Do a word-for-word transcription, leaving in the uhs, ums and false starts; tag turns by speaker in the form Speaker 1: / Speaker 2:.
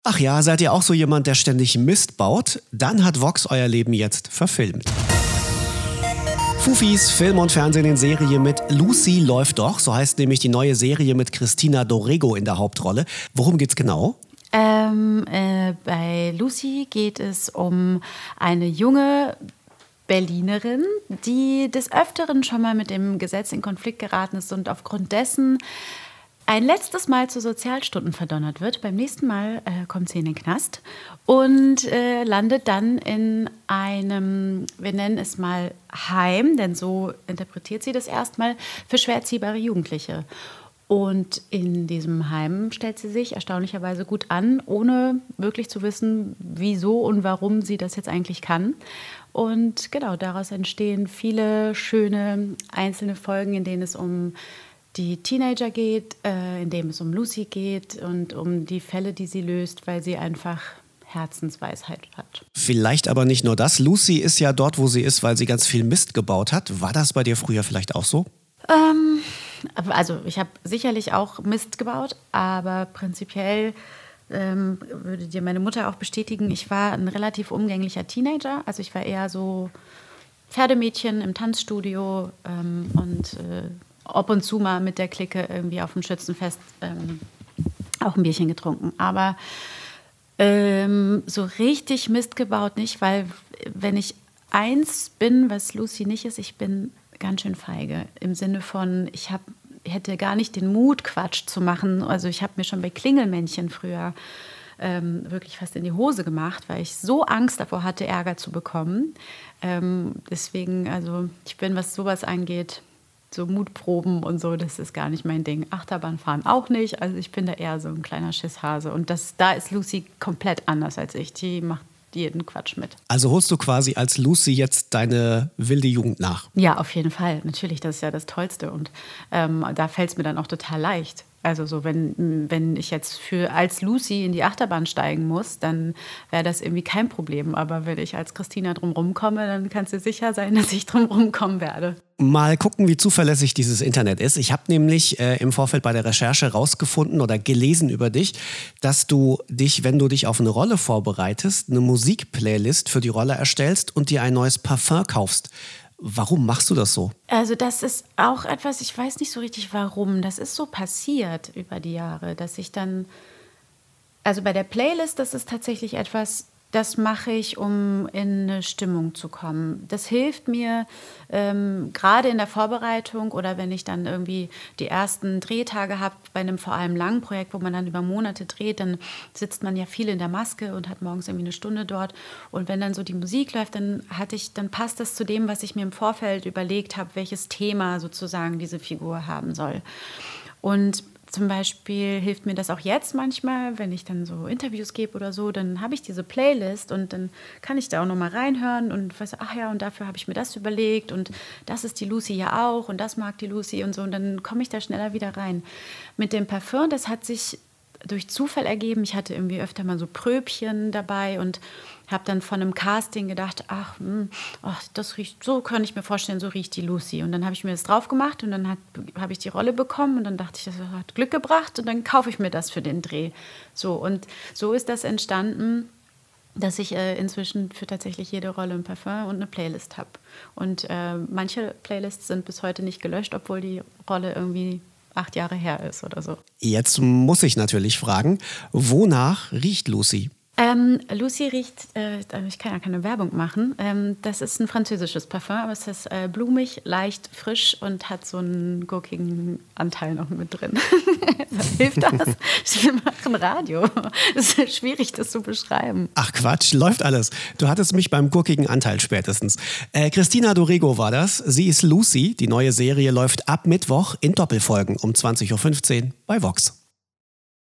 Speaker 1: Ach ja, seid ihr auch so jemand, der ständig Mist baut? Dann hat Vox euer Leben jetzt verfilmt. Fufis Film und Fernsehen in Serie mit Lucy läuft doch. So heißt nämlich die neue Serie mit Cristina Dorego in der Hauptrolle. Worum geht's genau?
Speaker 2: Ähm, äh, bei Lucy geht es um eine junge Berlinerin, die des Öfteren schon mal mit dem Gesetz in Konflikt geraten ist und aufgrund dessen ein letztes Mal zu Sozialstunden verdonnert wird. Beim nächsten Mal äh, kommt sie in den Knast und äh, landet dann in einem, wir nennen es mal Heim, denn so interpretiert sie das erstmal, für schwer erziehbare Jugendliche. Und in diesem Heim stellt sie sich erstaunlicherweise gut an, ohne wirklich zu wissen, wieso und warum sie das jetzt eigentlich kann. Und genau, daraus entstehen viele schöne einzelne Folgen, in denen es um die Teenager geht, äh, in dem es um Lucy geht und um die Fälle, die sie löst, weil sie einfach Herzensweisheit hat.
Speaker 1: Vielleicht aber nicht nur das. Lucy ist ja dort, wo sie ist, weil sie ganz viel Mist gebaut hat. War das bei dir früher vielleicht auch so?
Speaker 2: Ähm, also ich habe sicherlich auch Mist gebaut, aber prinzipiell ähm, würde dir meine Mutter auch bestätigen, ich war ein relativ umgänglicher Teenager. Also ich war eher so Pferdemädchen im Tanzstudio ähm, und äh, ab und zu mal mit der Clique irgendwie auf dem Schützenfest ähm, auch ein Bierchen getrunken. Aber ähm, so richtig Mist gebaut nicht, weil wenn ich eins bin, was Lucy nicht ist, ich bin ganz schön feige. Im Sinne von, ich hab, hätte gar nicht den Mut, Quatsch zu machen. Also ich habe mir schon bei Klingelmännchen früher ähm, wirklich fast in die Hose gemacht, weil ich so Angst davor hatte, Ärger zu bekommen. Ähm, deswegen, also ich bin, was sowas angeht, so Mutproben und so, das ist gar nicht mein Ding. Achterbahnfahren auch nicht. Also ich bin da eher so ein kleiner Schisshase. Und das, da ist Lucy komplett anders als ich. Die macht jeden Quatsch mit.
Speaker 1: Also holst du quasi als Lucy jetzt deine wilde Jugend nach?
Speaker 2: Ja, auf jeden Fall. Natürlich, das ist ja das Tollste. Und ähm, da fällt es mir dann auch total leicht. Also so, wenn, wenn ich jetzt für als Lucy in die Achterbahn steigen muss, dann wäre das irgendwie kein Problem. Aber wenn ich als Christina drumherum komme, dann kannst du sicher sein, dass ich drumherum kommen werde.
Speaker 1: Mal gucken, wie zuverlässig dieses Internet ist. Ich habe nämlich äh, im Vorfeld bei der Recherche rausgefunden oder gelesen über dich, dass du dich, wenn du dich auf eine Rolle vorbereitest, eine Musikplaylist für die Rolle erstellst und dir ein neues Parfum kaufst. Warum machst du das so?
Speaker 2: Also das ist auch etwas, ich weiß nicht so richtig warum. Das ist so passiert über die Jahre, dass ich dann, also bei der Playlist, das ist tatsächlich etwas, das mache ich, um in eine Stimmung zu kommen. Das hilft mir ähm, gerade in der Vorbereitung oder wenn ich dann irgendwie die ersten Drehtage habe bei einem vor allem langen Projekt, wo man dann über Monate dreht, dann sitzt man ja viel in der Maske und hat morgens irgendwie eine Stunde dort. Und wenn dann so die Musik läuft, dann hatte ich, dann passt das zu dem, was ich mir im Vorfeld überlegt habe, welches Thema sozusagen diese Figur haben soll. Und zum Beispiel hilft mir das auch jetzt manchmal, wenn ich dann so Interviews gebe oder so, dann habe ich diese Playlist und dann kann ich da auch nochmal reinhören und weiß, ach ja, und dafür habe ich mir das überlegt und das ist die Lucy ja auch und das mag die Lucy und so und dann komme ich da schneller wieder rein. Mit dem Parfum, das hat sich durch Zufall ergeben. Ich hatte irgendwie öfter mal so Pröbchen dabei und habe dann von einem Casting gedacht, ach, mh, ach, das riecht, so kann ich mir vorstellen, so riecht die Lucy. Und dann habe ich mir das drauf gemacht und dann habe ich die Rolle bekommen und dann dachte ich, das hat Glück gebracht und dann kaufe ich mir das für den Dreh. So, und so ist das entstanden, dass ich äh, inzwischen für tatsächlich jede Rolle ein Parfum und eine Playlist habe. Und äh, manche Playlists sind bis heute nicht gelöscht, obwohl die Rolle irgendwie acht Jahre her ist oder so.
Speaker 1: Jetzt muss ich natürlich fragen, wonach riecht Lucy?
Speaker 2: Ähm, Lucy riecht, äh, ich kann ja keine Werbung machen, ähm, das ist ein französisches Parfum, aber es ist äh, blumig, leicht, frisch und hat so einen gurkigen Anteil noch mit drin. Hilft das? Wir machen Radio. Es ist schwierig, das zu beschreiben.
Speaker 1: Ach Quatsch, läuft alles. Du hattest mich beim gurkigen Anteil spätestens. Äh, Cristina Dorego war das. Sie ist Lucy. Die neue Serie läuft ab Mittwoch in Doppelfolgen um zwanzig Uhr fünfzehn bei Vox.